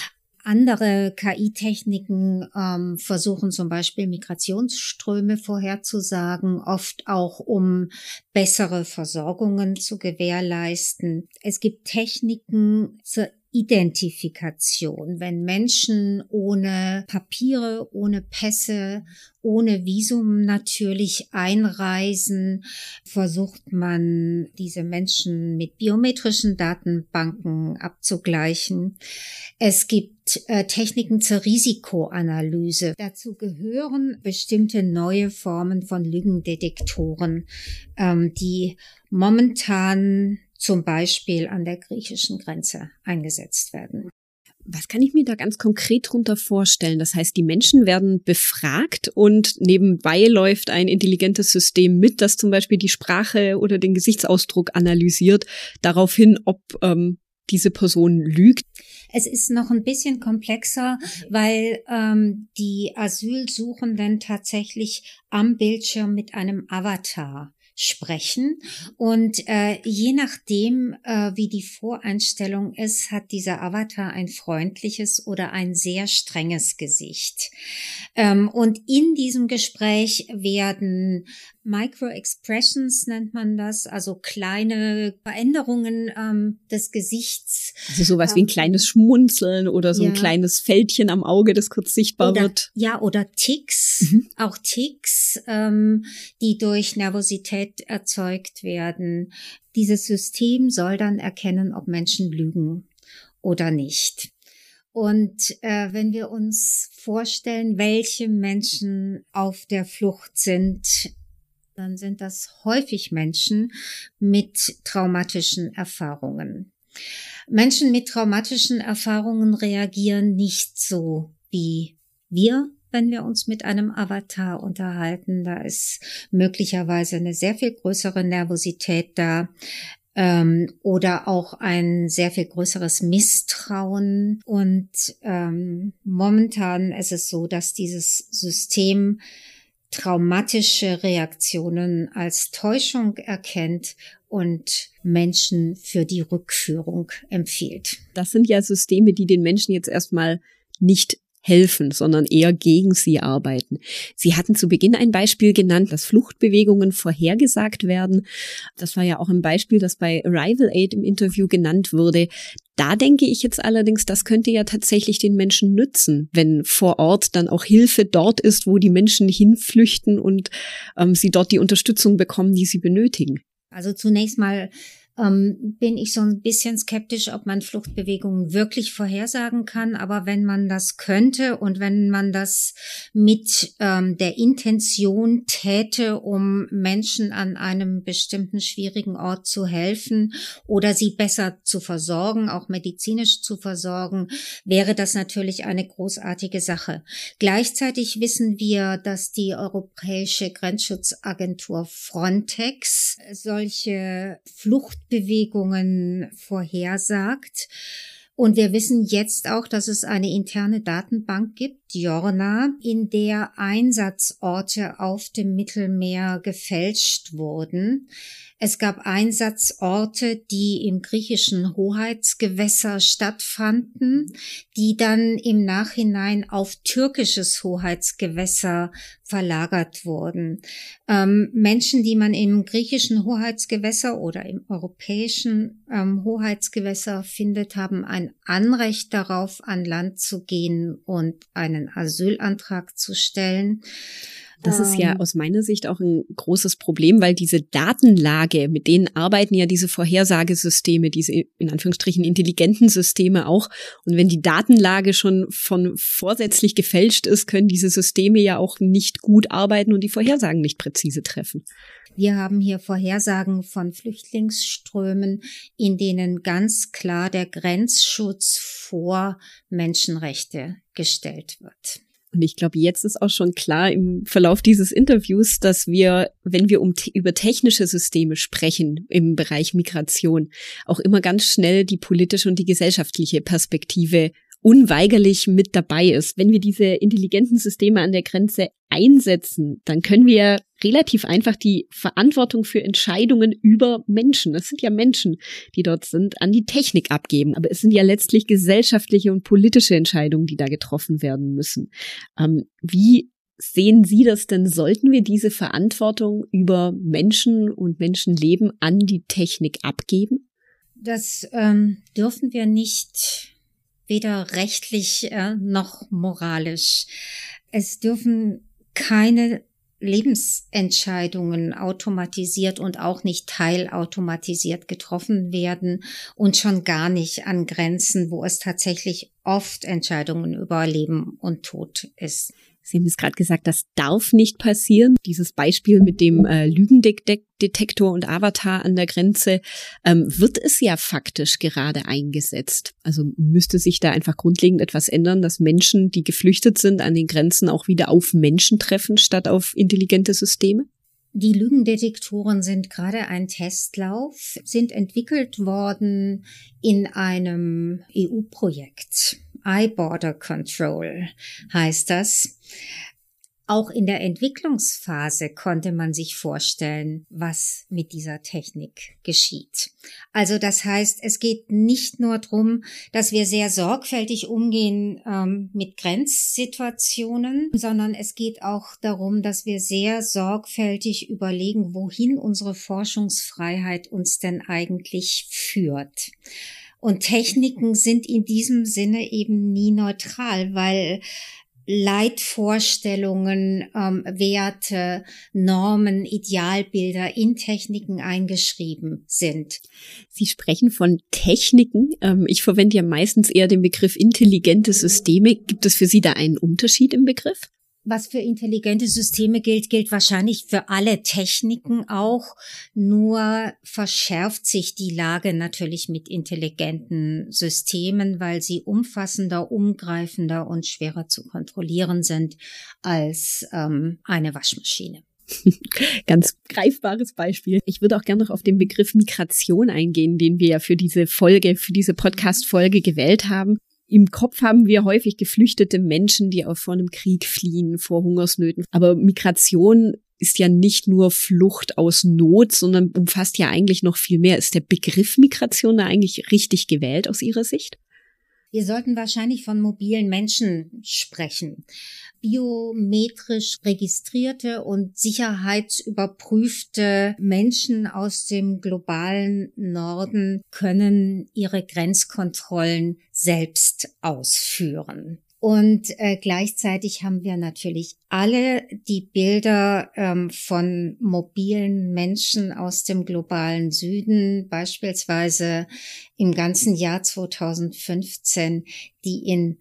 Andere K I-Techniken ähm, versuchen zum Beispiel Migrationsströme vorherzusagen, oft auch um bessere Versorgungen zu gewährleisten. Es gibt Techniken zur Identifikation, wenn Menschen ohne Papiere, ohne Pässe, ohne Visum natürlich einreisen, versucht man, diese Menschen mit biometrischen Datenbanken abzugleichen. Es gibt äh, Techniken zur Risikoanalyse. Dazu gehören bestimmte neue Formen von Lügendetektoren, ähm, die momentan zum Beispiel an der griechischen Grenze eingesetzt werden. Was kann ich mir da ganz konkret drunter vorstellen? Das heißt, die Menschen werden befragt und nebenbei läuft ein intelligentes System mit, das zum Beispiel die Sprache oder den Gesichtsausdruck analysiert, daraufhin, ob ähm, diese Person lügt. Es ist noch ein bisschen komplexer, weil ähm, die Asylsuchenden tatsächlich am Bildschirm mit einem Avatar sprechen und äh, je nachdem, äh, wie die Voreinstellung ist, hat dieser Avatar ein freundliches oder ein sehr strenges Gesicht. Ähm, und in diesem Gespräch werden Micro-Expressions nennt man das, also kleine Veränderungen ähm, des Gesichts. Also sowas ähm, wie ein kleines Schmunzeln oder so ja. ein kleines Fältchen am Auge, das kurz sichtbar oder, wird. Ja, oder Ticks, mhm. auch Ticks, ähm, die durch Nervosität erzeugt werden. Dieses System soll dann erkennen, ob Menschen lügen oder nicht. Und äh, wenn wir uns vorstellen, welche Menschen auf der Flucht sind, dann sind das häufig Menschen mit traumatischen Erfahrungen. Menschen mit traumatischen Erfahrungen reagieren nicht so wie wir, wenn wir uns mit einem Avatar unterhalten. Da ist möglicherweise eine sehr viel größere Nervosität da. Ähm, oder auch ein sehr viel größeres Misstrauen. Und ähm, momentan ist es so, dass dieses System traumatische Reaktionen als Täuschung erkennt und Menschen für die Rückführung empfiehlt. Das sind ja Systeme, die den Menschen jetzt erstmal nicht helfen, sondern eher gegen sie arbeiten. Sie hatten zu Beginn ein Beispiel genannt, dass Fluchtbewegungen vorhergesagt werden. Das war ja auch ein Beispiel, das bei Arrival Aid im Interview genannt wurde. Da denke ich jetzt allerdings, das könnte ja tatsächlich den Menschen nützen, wenn vor Ort dann auch Hilfe dort ist, wo die Menschen hinflüchten und ähm, sie dort die Unterstützung bekommen, die sie benötigen. Also zunächst mal ähm, bin ich so ein bisschen skeptisch, ob man Fluchtbewegungen wirklich vorhersagen kann. Aber wenn man das könnte und wenn man das mit ähm, der Intention täte, um Menschen an einem bestimmten schwierigen Ort zu helfen oder sie besser zu versorgen, auch medizinisch zu versorgen, wäre das natürlich eine großartige Sache. Gleichzeitig wissen wir, dass die Europäische Grenzschutzagentur Frontex solche Fluchtbewegungen vorhersagt. Und wir wissen jetzt auch, dass es eine interne Datenbank gibt, Jorna, in der Einsatzorte auf dem Mittelmeer gefälscht wurden. Es gab Einsatzorte, die im griechischen Hoheitsgewässer stattfanden, die dann im Nachhinein auf türkisches Hoheitsgewässer verlagert wurden. Ähm, Menschen, die man im griechischen Hoheitsgewässer oder im europäischen ähm, Hoheitsgewässer findet, haben ein Anrecht darauf, an Land zu gehen und einen Asylantrag zu stellen. Das ist ja aus meiner Sicht auch ein großes Problem, weil diese Datenlage, mit denen arbeiten ja diese Vorhersagesysteme, diese in Anführungsstrichen intelligenten Systeme auch. Und wenn die Datenlage schon von vorsätzlich gefälscht ist, können diese Systeme ja auch nicht gut arbeiten und die Vorhersagen nicht präzise treffen. Wir haben hier Vorhersagen von Flüchtlingsströmen, in denen ganz klar der Grenzschutz vor Menschenrechte gestellt wird. Und ich glaube, jetzt ist auch schon klar im Verlauf dieses Interviews, dass wir, wenn wir um über technische Systeme sprechen im Bereich Migration, auch immer ganz schnell die politische und die gesellschaftliche Perspektive unweigerlich mit dabei ist. Wenn wir diese intelligenten Systeme an der Grenze einsetzen, dann können wir relativ einfach die Verantwortung für Entscheidungen über Menschen, das sind ja Menschen, die dort sind, an die Technik abgeben. Aber es sind ja letztlich gesellschaftliche und politische Entscheidungen, die da getroffen werden müssen. Ähm, wie sehen Sie das denn? Sollten wir diese Verantwortung über Menschen und Menschenleben an die Technik abgeben? Das ähm, dürfen wir nicht, weder rechtlich äh, noch moralisch. Es dürfen keine Lebensentscheidungen automatisiert und auch nicht teilautomatisiert getroffen werden und schon gar nicht an Grenzen, wo es tatsächlich oft Entscheidungen über Leben und Tod ist. Sie haben jetzt gerade gesagt, das darf nicht passieren. Dieses Beispiel mit dem äh, Lügendetektor und Avatar an der Grenze, ähm, wird es ja faktisch gerade eingesetzt. Also müsste sich da einfach grundlegend etwas ändern, dass Menschen, die geflüchtet sind, an den Grenzen auch wieder auf Menschen treffen, statt auf intelligente Systeme? Die Lügendetektoren sind gerade ein Testlauf, sind entwickelt worden in einem E U-Projekt. iBorder Control heißt das. Auch in der Entwicklungsphase konnte man sich vorstellen, was mit dieser Technik geschieht. Also das heißt, es geht nicht nur darum, dass wir sehr sorgfältig umgehen ähm, mit Grenzsituationen, sondern es geht auch darum, dass wir sehr sorgfältig überlegen, wohin unsere Forschungsfreiheit uns denn eigentlich führt. Und Techniken sind in diesem Sinne eben nie neutral, weil Leitvorstellungen, ähm, Werte, Normen, Idealbilder in Techniken eingeschrieben sind. Sie sprechen von Techniken. Ähm, ich verwende ja meistens eher den Begriff intelligente Systeme. Gibt es für Sie da einen Unterschied im Begriff? Was für intelligente Systeme gilt, gilt wahrscheinlich für alle Techniken auch. Nur verschärft sich die Lage natürlich mit intelligenten Systemen, weil sie umfassender, umgreifender und schwerer zu kontrollieren sind als ähm, eine Waschmaschine. Ganz greifbares Beispiel. Ich würde auch gerne noch auf den Begriff Migration eingehen, den wir ja für diese Folge, für diese Podcast-Folge gewählt haben. Im Kopf haben wir häufig geflüchtete Menschen, die auch vor einem Krieg fliehen, vor Hungersnöten. Aber Migration ist ja nicht nur Flucht aus Not, sondern umfasst ja eigentlich noch viel mehr. Ist der Begriff Migration da eigentlich richtig gewählt aus Ihrer Sicht? Wir sollten wahrscheinlich von mobilen Menschen sprechen. Biometrisch registrierte und sicherheitsüberprüfte Menschen aus dem globalen Norden können ihre Grenzkontrollen selbst ausführen. Und äh, gleichzeitig haben wir natürlich alle die Bilder ähm, von mobilen Menschen aus dem globalen Süden, beispielsweise im ganzen Jahr zweitausendfünfzehn, die in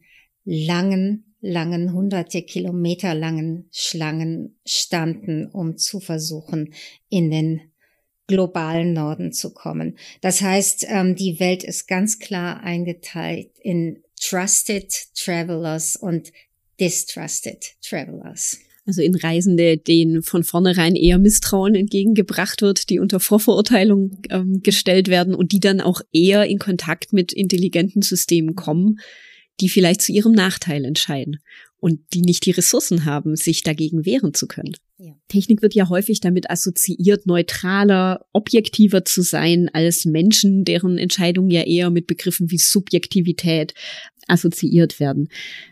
langen, langen, hunderte Kilometer langen Schlangen standen, um zu versuchen, in den globalen Norden zu kommen. Das heißt, ähm, die Welt ist ganz klar eingeteilt in Trusted Travelers und Distrusted Travelers. Also in Reisende, denen von vornherein eher Misstrauen entgegengebracht wird, die unter Vorverurteilung ähm, gestellt werden und die dann auch eher in Kontakt mit intelligenten Systemen kommen, die vielleicht zu ihrem Nachteil entscheiden und die nicht die Ressourcen haben, sich dagegen wehren zu können. Ja. Technik wird ja häufig damit assoziiert, neutraler, objektiver zu sein als Menschen, deren Entscheidungen ja eher mit Begriffen wie Subjektivität assoziiert werden.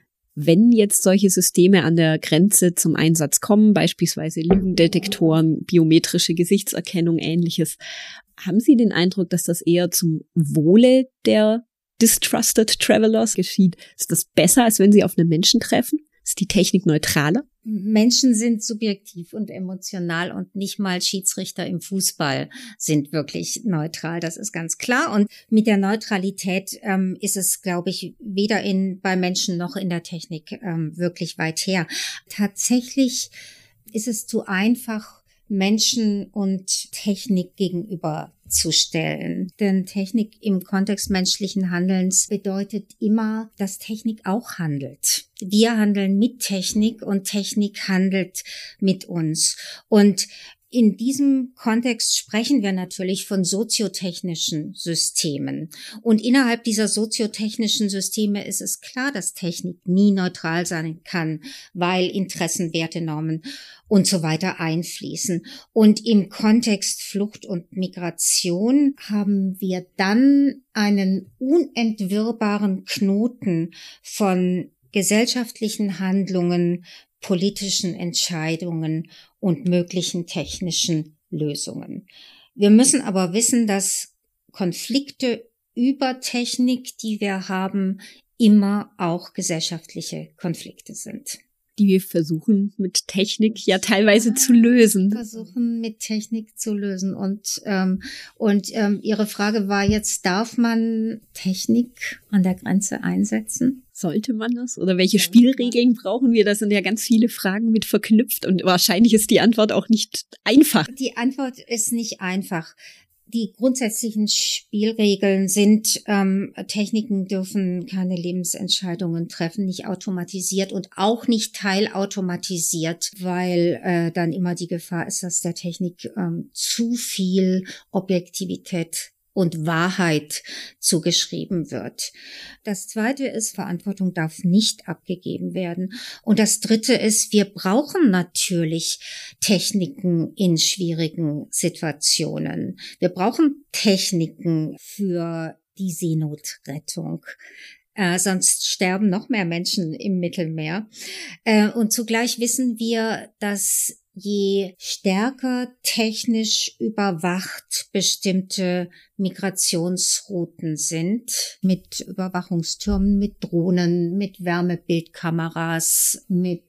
Wenn jetzt solche Systeme an der Grenze zum Einsatz kommen, beispielsweise Lügendetektoren, biometrische Gesichtserkennung, Ähnliches, haben Sie den Eindruck, dass das eher zum Wohle der Distrusted Travelers geschieht? Ist das besser, als wenn Sie auf einen Menschen treffen? Ist die Technik neutraler? Menschen sind subjektiv und emotional und nicht mal Schiedsrichter im Fußball sind wirklich neutral. Das ist ganz klar. Und mit der Neutralität ähm, ist es, glaube ich, weder in bei Menschen noch in der Technik ähm, wirklich weit her. Tatsächlich ist es zu einfach, Menschen und Technik gegenüberzustellen. Denn Technik im Kontext menschlichen Handelns bedeutet immer, dass Technik auch handelt. Wir handeln mit Technik und Technik handelt mit uns. Und in diesem Kontext sprechen wir natürlich von soziotechnischen Systemen. Und innerhalb dieser soziotechnischen Systeme ist es klar, dass Technik nie neutral sein kann, weil Interessen, Werte, Normen und so weiter einfließen. Und im Kontext Flucht und Migration haben wir dann einen unentwirrbaren Knoten von gesellschaftlichen Handlungen, politischen Entscheidungen und möglichen technischen Lösungen. Wir müssen aber wissen, dass Konflikte über Technik, die wir haben, immer auch gesellschaftliche Konflikte sind. Die wir versuchen mit Technik ja teilweise zu lösen. Versuchen mit Technik zu lösen. Und, ähm, und ähm, Ihre Frage war jetzt, darf man Technik an der Grenze einsetzen? Sollte man das? Oder welche Spielregeln brauchen wir? Da sind ja ganz viele Fragen mit verknüpft und wahrscheinlich ist die Antwort auch nicht einfach. Die Antwort ist nicht einfach. Die grundsätzlichen Spielregeln sind, ähm, Techniken dürfen keine Lebensentscheidungen treffen, nicht automatisiert und auch nicht teilautomatisiert, weil äh, dann immer die Gefahr ist, dass der Technik ähm, zu viel Objektivität und Wahrheit zugeschrieben wird. Das Zweite ist, Verantwortung darf nicht abgegeben werden. Und das Dritte ist, wir brauchen natürlich Techniken in schwierigen Situationen. Wir brauchen Techniken für die Seenotrettung. Äh, sonst sterben noch mehr Menschen im Mittelmeer. Äh, und zugleich wissen wir, dass je stärker technisch überwacht bestimmte Migrationsrouten sind, mit Überwachungstürmen, mit Drohnen, mit Wärmebildkameras, mit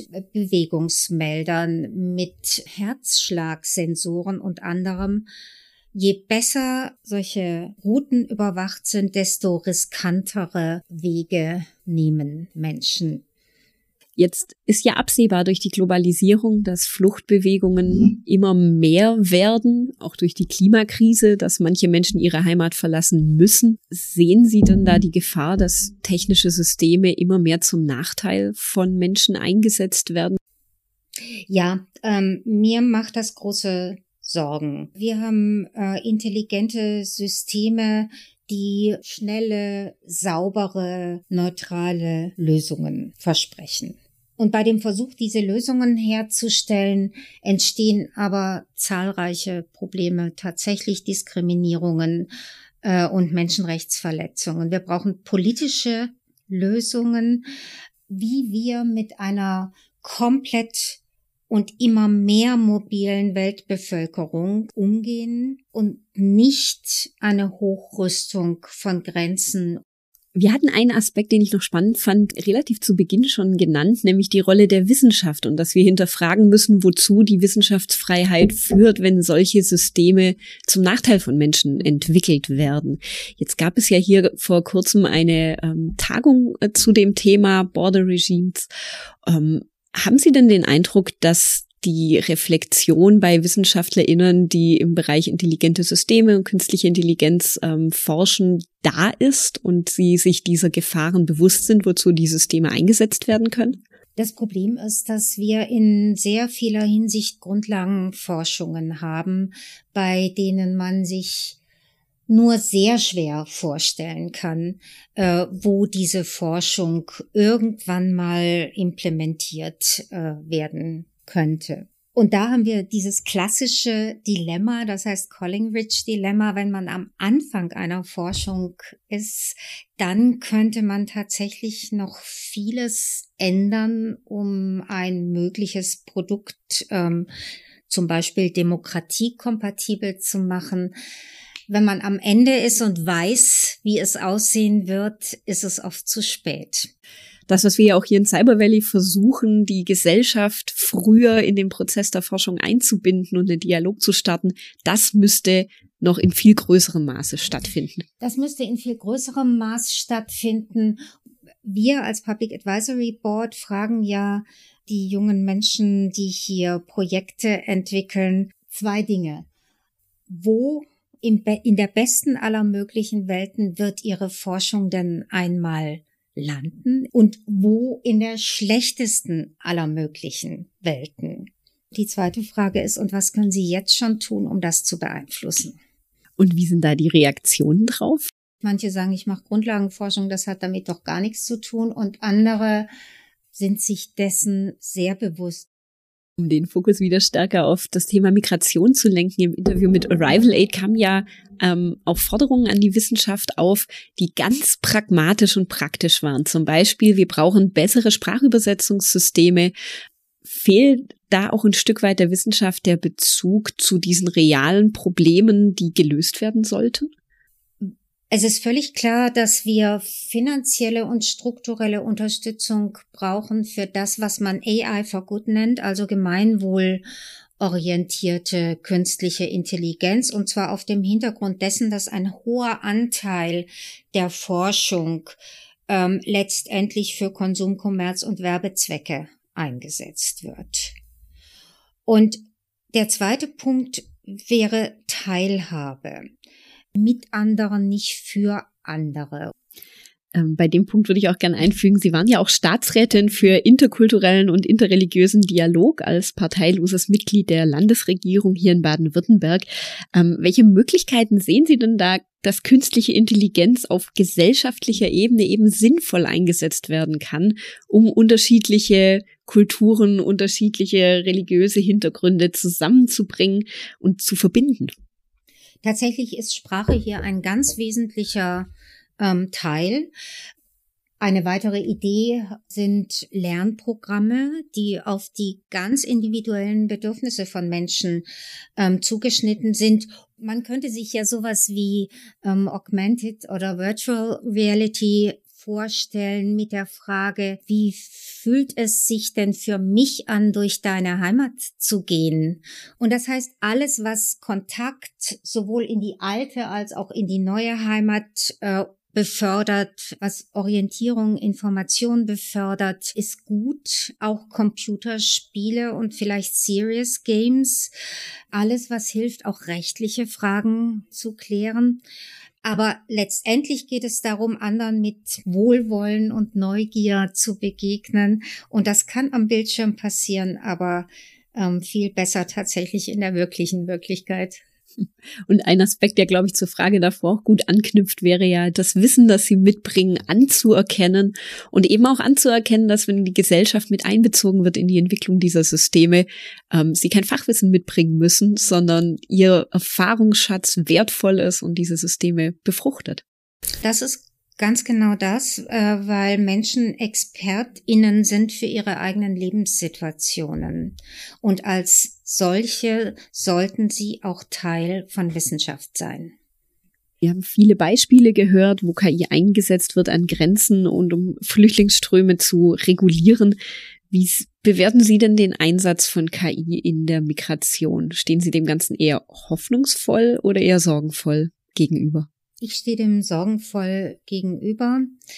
Bewegungsmeldern, mit Herzschlagsensoren und anderem, je besser solche Routen überwacht sind, desto riskantere Wege nehmen Menschen. Jetzt ist ja absehbar durch die Globalisierung, dass Fluchtbewegungen mhm. immer mehr werden, auch durch die Klimakrise, dass manche Menschen ihre Heimat verlassen müssen. Sehen Sie denn da die Gefahr, dass technische Systeme immer mehr zum Nachteil von Menschen eingesetzt werden? Ja, ähm, mir macht das große Sorgen. Wir haben äh, intelligente Systeme, die schnelle, saubere, neutrale Lösungen versprechen. Und bei dem Versuch, diese Lösungen herzustellen, entstehen aber zahlreiche Probleme, tatsächlich Diskriminierungen äh, und Menschenrechtsverletzungen. Wir brauchen politische Lösungen, wie wir mit einer komplett und immer mehr mobilen Weltbevölkerung umgehen und nicht eine Hochrüstung von Grenzen. Wir hatten einen Aspekt, den ich noch spannend fand, relativ zu Beginn schon genannt, nämlich die Rolle der Wissenschaft und dass wir hinterfragen müssen, wozu die Wissenschaftsfreiheit führt, wenn solche Systeme zum Nachteil von Menschen entwickelt werden. Jetzt gab es ja hier vor kurzem eine ähm, Tagung äh, zu dem Thema Border Regimes. Ähm, haben Sie denn den Eindruck, dass die Reflexion bei WissenschaftlerInnen, die im Bereich intelligente Systeme und künstliche Intelligenz ähm, forschen, da ist und sie sich dieser Gefahren bewusst sind, wozu die Systeme eingesetzt werden können? Das Problem ist, dass wir in sehr vieler Hinsicht Grundlagenforschungen haben, bei denen man sich nur sehr schwer vorstellen kann, äh, wo diese Forschung irgendwann mal implementiert äh, werden könnte. Und da haben wir dieses klassische Dilemma, das heißt Collingridge-Dilemma. Wenn man am Anfang einer Forschung ist, dann könnte man tatsächlich noch vieles ändern, um ein mögliches Produkt ähm, zum Beispiel demokratiekompatibel zu machen. Wenn man am Ende ist und weiß, wie es aussehen wird, ist es oft zu spät. Das, was wir ja auch hier in Cyber Valley versuchen, die Gesellschaft früher in den Prozess der Forschung einzubinden und einen Dialog zu starten, das müsste noch in viel größerem Maße stattfinden. Das müsste in viel größerem Maß stattfinden. Wir als Public Advisory Board fragen ja die jungen Menschen, die hier Projekte entwickeln, zwei Dinge. Wo im Be- in der besten aller möglichen Welten wird Ihre Forschung denn einmal landen und wo in der schlechtesten aller möglichen Welten? Die zweite Frage ist, und was können Sie jetzt schon tun, um das zu beeinflussen? Und wie sind da die Reaktionen drauf? Manche sagen, ich mache Grundlagenforschung, das hat damit doch gar nichts zu tun, und andere sind sich dessen sehr bewusst. Um den Fokus wieder stärker auf das Thema Migration zu lenken, im Interview mit Arrival Aid kamen ja ähm, auch Forderungen an die Wissenschaft auf, die ganz pragmatisch und praktisch waren. Zum Beispiel, wir brauchen bessere Sprachübersetzungssysteme. Fehlt da auch ein Stück weit der Wissenschaft der Bezug zu diesen realen Problemen, die gelöst werden sollten? Es ist völlig klar, dass wir finanzielle und strukturelle Unterstützung brauchen für das, was man A I for Good nennt, also gemeinwohlorientierte künstliche Intelligenz, und zwar auf dem Hintergrund dessen, dass ein hoher Anteil der Forschung ähm, letztendlich für Konsum, Kommerz und Werbezwecke eingesetzt wird. Und der zweite Punkt wäre Teilhabe. Mit anderen, nicht für andere. Ähm, bei dem Punkt würde ich auch gerne einfügen, Sie waren ja auch Staatsrätin für interkulturellen und interreligiösen Dialog als parteiloses Mitglied der Landesregierung hier in Baden-Württemberg. Ähm, welche Möglichkeiten sehen Sie denn da, dass künstliche Intelligenz auf gesellschaftlicher Ebene eben sinnvoll eingesetzt werden kann, um unterschiedliche Kulturen, unterschiedliche religiöse Hintergründe zusammenzubringen und zu verbinden? Tatsächlich ist Sprache hier ein ganz wesentlicher ähm, Teil. Eine weitere Idee sind Lernprogramme, die auf die ganz individuellen Bedürfnisse von Menschen ähm, zugeschnitten sind. Man könnte sich ja sowas wie ähm, Augmented oder Virtual Reality vorstellen mit der Frage, wie fühlt es sich denn für mich an, durch deine Heimat zu gehen? Und das heißt, alles, was Kontakt sowohl in die alte als auch in die neue Heimat äh, befördert, was Orientierung, Information befördert, ist gut. Auch Computerspiele und vielleicht Serious Games. Alles, was hilft, auch rechtliche Fragen zu klären. Aber letztendlich geht es darum, anderen mit Wohlwollen und Neugier zu begegnen. Und das kann am Bildschirm passieren, aber ähm, viel besser tatsächlich in der wirklichen Wirklichkeit. Und ein Aspekt, der, glaube ich, zur Frage davor auch gut anknüpft, wäre ja das Wissen, das sie mitbringen, anzuerkennen und eben auch anzuerkennen, dass wenn die Gesellschaft mit einbezogen wird in die Entwicklung dieser Systeme, ähm, sie kein Fachwissen mitbringen müssen, sondern ihr Erfahrungsschatz wertvoll ist und diese Systeme befruchtet. Das ist ganz genau das, äh, weil Menschen ExpertInnen sind für ihre eigenen Lebenssituationen. Und als solche sollten sie auch Teil von Wissenschaft sein. Wir haben viele Beispiele gehört, wo K I eingesetzt wird an Grenzen und um Flüchtlingsströme zu regulieren. Wie bewerten Sie denn den Einsatz von K I in der Migration? Stehen Sie dem Ganzen eher hoffnungsvoll oder eher sorgenvoll gegenüber? Ich stehe dem sorgenvoll gegenüber.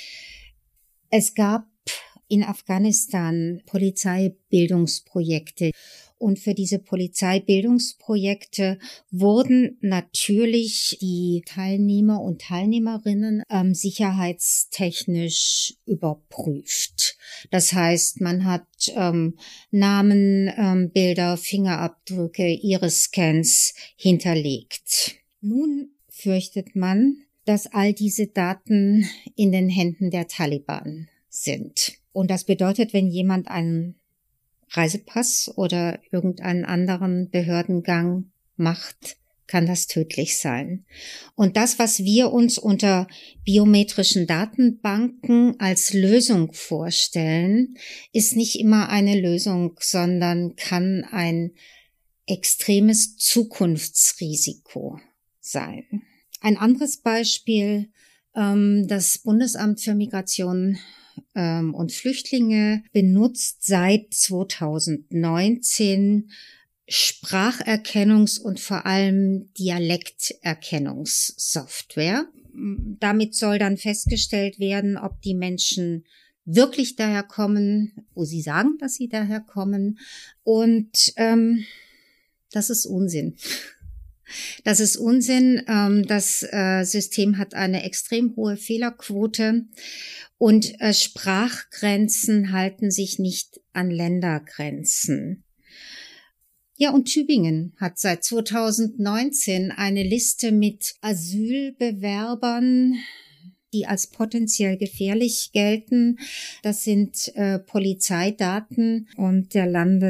Es gab in Afghanistan Polizeibildungsprojekte. Und für diese Polizeibildungsprojekte wurden natürlich die Teilnehmer und Teilnehmerinnen ähm, sicherheitstechnisch überprüft. Das heißt, man hat ähm, Namen, ähm, Bilder, Fingerabdrücke, Iris-Scans hinterlegt. Nun fürchtet man, dass all diese Daten in den Händen der Taliban sind. Und das bedeutet, wenn jemand einen Reisepass oder irgendeinen anderen Behördengang macht, kann das tödlich sein. Und das, was wir uns unter biometrischen Datenbanken als Lösung vorstellen, ist nicht immer eine Lösung, sondern kann ein extremes Zukunftsrisiko sein. Ein anderes Beispiel, ähm, das Bundesamt für Migration ähm, und Flüchtlinge benutzt seit zweitausendneunzehn Spracherkennungs- und vor allem Dialekterkennungssoftware. Damit soll dann festgestellt werden, ob die Menschen wirklich daher kommen, wo sie sagen, dass sie daher kommen. Und ähm, das ist Unsinn. Das ist Unsinn. Das System hat eine extrem hohe Fehlerquote und Sprachgrenzen halten sich nicht an Ländergrenzen. Ja, und Tübingen hat seit zweitausendneunzehn eine Liste mit Asylbewerbern, die als potenziell gefährlich gelten. Das sind äh, Polizeidaten und der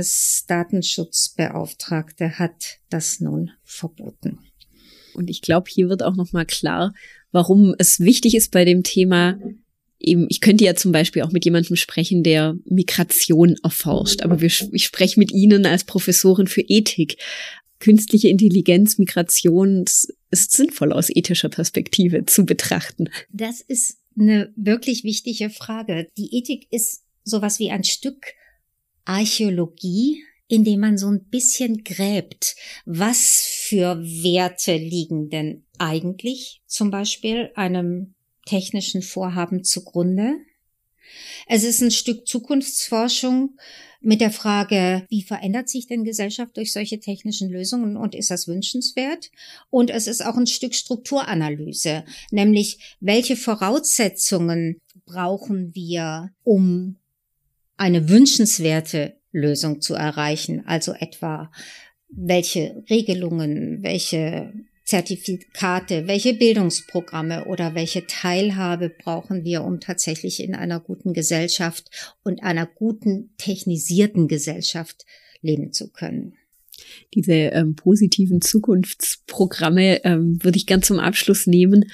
Landesdatenschutzbeauftragte hat das nun verboten. Und ich glaube, hier wird auch nochmal klar, warum es wichtig ist bei dem Thema, eben, ich könnte ja zum Beispiel auch mit jemandem sprechen, der Migration erforscht, aber wir, ich spreche mit Ihnen als Professorin für Ethik. Künstliche Intelligenz, Migration ist sinnvoll aus ethischer Perspektive zu betrachten. Das ist eine wirklich wichtige Frage. Die Ethik ist sowas wie ein Stück Archäologie, in dem man so ein bisschen gräbt. Was für Werte liegen denn eigentlich zum Beispiel einem technischen Vorhaben zugrunde? Es ist ein Stück Zukunftsforschung mit der Frage, wie verändert sich denn Gesellschaft durch solche technischen Lösungen und ist das wünschenswert? Und es ist auch ein Stück Strukturanalyse, nämlich welche Voraussetzungen brauchen wir, um eine wünschenswerte Lösung zu erreichen? Also etwa, welche Regelungen, welche Zertifikate, welche Bildungsprogramme oder welche Teilhabe brauchen wir, um tatsächlich in einer guten Gesellschaft und einer guten technisierten Gesellschaft leben zu können. Diese ähm, positiven Zukunftsprogramme ähm, würde ich gern zum Abschluss nehmen.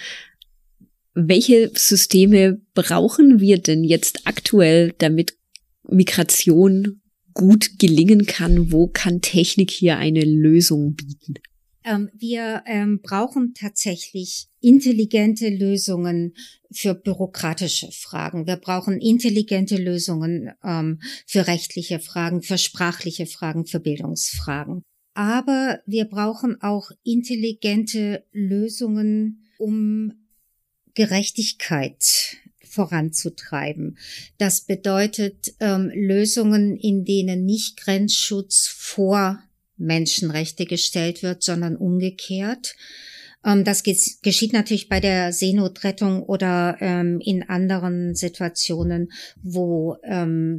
Welche Systeme brauchen wir denn jetzt aktuell, damit Migration gut gelingen kann? Wo kann Technik hier eine Lösung bieten? Ähm, wir ähm, brauchen tatsächlich intelligente Lösungen für bürokratische Fragen. Wir brauchen intelligente Lösungen ähm, für rechtliche Fragen, für sprachliche Fragen, für Bildungsfragen. Aber wir brauchen auch intelligente Lösungen, um Gerechtigkeit voranzutreiben. Das bedeutet ähm, Lösungen, in denen nicht Grenzschutz vor Menschenrechte gestellt wird, sondern umgekehrt. Ähm, das geschieht natürlich bei der Seenotrettung oder ähm, in anderen Situationen, wo ähm,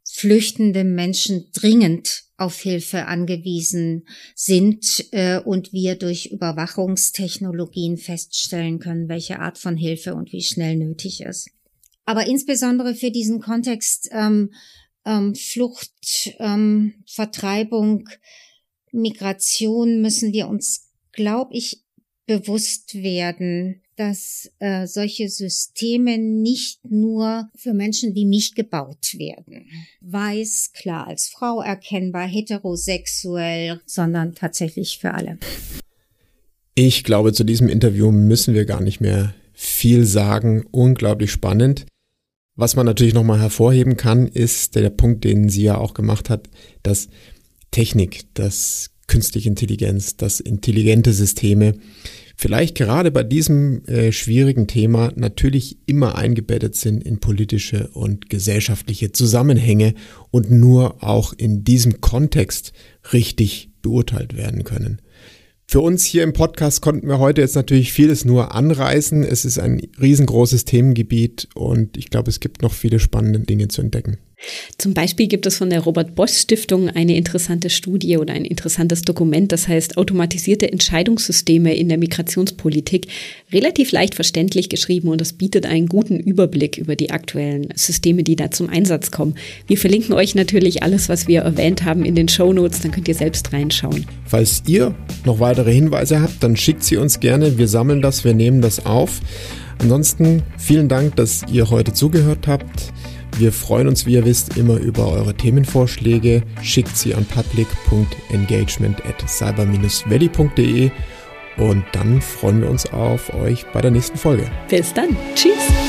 flüchtende Menschen dringend auf Hilfe angewiesen sind äh, und wir durch Überwachungstechnologien feststellen können, welche Art von Hilfe und wie schnell nötig ist. Aber insbesondere für diesen Kontext ähm, ähm, Flucht, ähm, Vertreibung, Migration müssen wir uns, glaube ich, bewusst werden, dass äh, solche Systeme nicht nur für Menschen wie mich gebaut werden. Weiß, klar als Frau erkennbar, heterosexuell, sondern tatsächlich für alle. Ich glaube, zu diesem Interview müssen wir gar nicht mehr viel sagen. Unglaublich spannend. Was man natürlich nochmal hervorheben kann, ist der Punkt, den sie ja auch gemacht hat, dass Technik, dass künstliche Intelligenz, dass intelligente Systeme vielleicht gerade bei diesem äh, schwierigen Thema natürlich immer eingebettet sind in politische und gesellschaftliche Zusammenhänge und nur auch in diesem Kontext richtig beurteilt werden können. Für uns hier im Podcast konnten wir heute jetzt natürlich vieles nur anreißen. Es ist ein riesengroßes Themengebiet und ich glaube, es gibt noch viele spannende Dinge zu entdecken. Zum Beispiel gibt es von der Robert-Bosch-Stiftung eine interessante Studie oder ein interessantes Dokument, das heißt automatisierte Entscheidungssysteme in der Migrationspolitik, relativ leicht verständlich geschrieben und das bietet einen guten Überblick über die aktuellen Systeme, die da zum Einsatz kommen. Wir verlinken euch natürlich alles, was wir erwähnt haben, in den Shownotes, dann könnt ihr selbst reinschauen. Falls ihr noch weitere Hinweise habt, dann schickt sie uns gerne, wir sammeln das, wir nehmen das auf. Ansonsten vielen Dank, dass ihr heute zugehört habt. Wir freuen uns, wie ihr wisst, immer über eure Themenvorschläge. Schickt sie an public punkt engagement at cyber dash valley punkt de und dann freuen wir uns auf euch bei der nächsten Folge. Bis dann. Tschüss.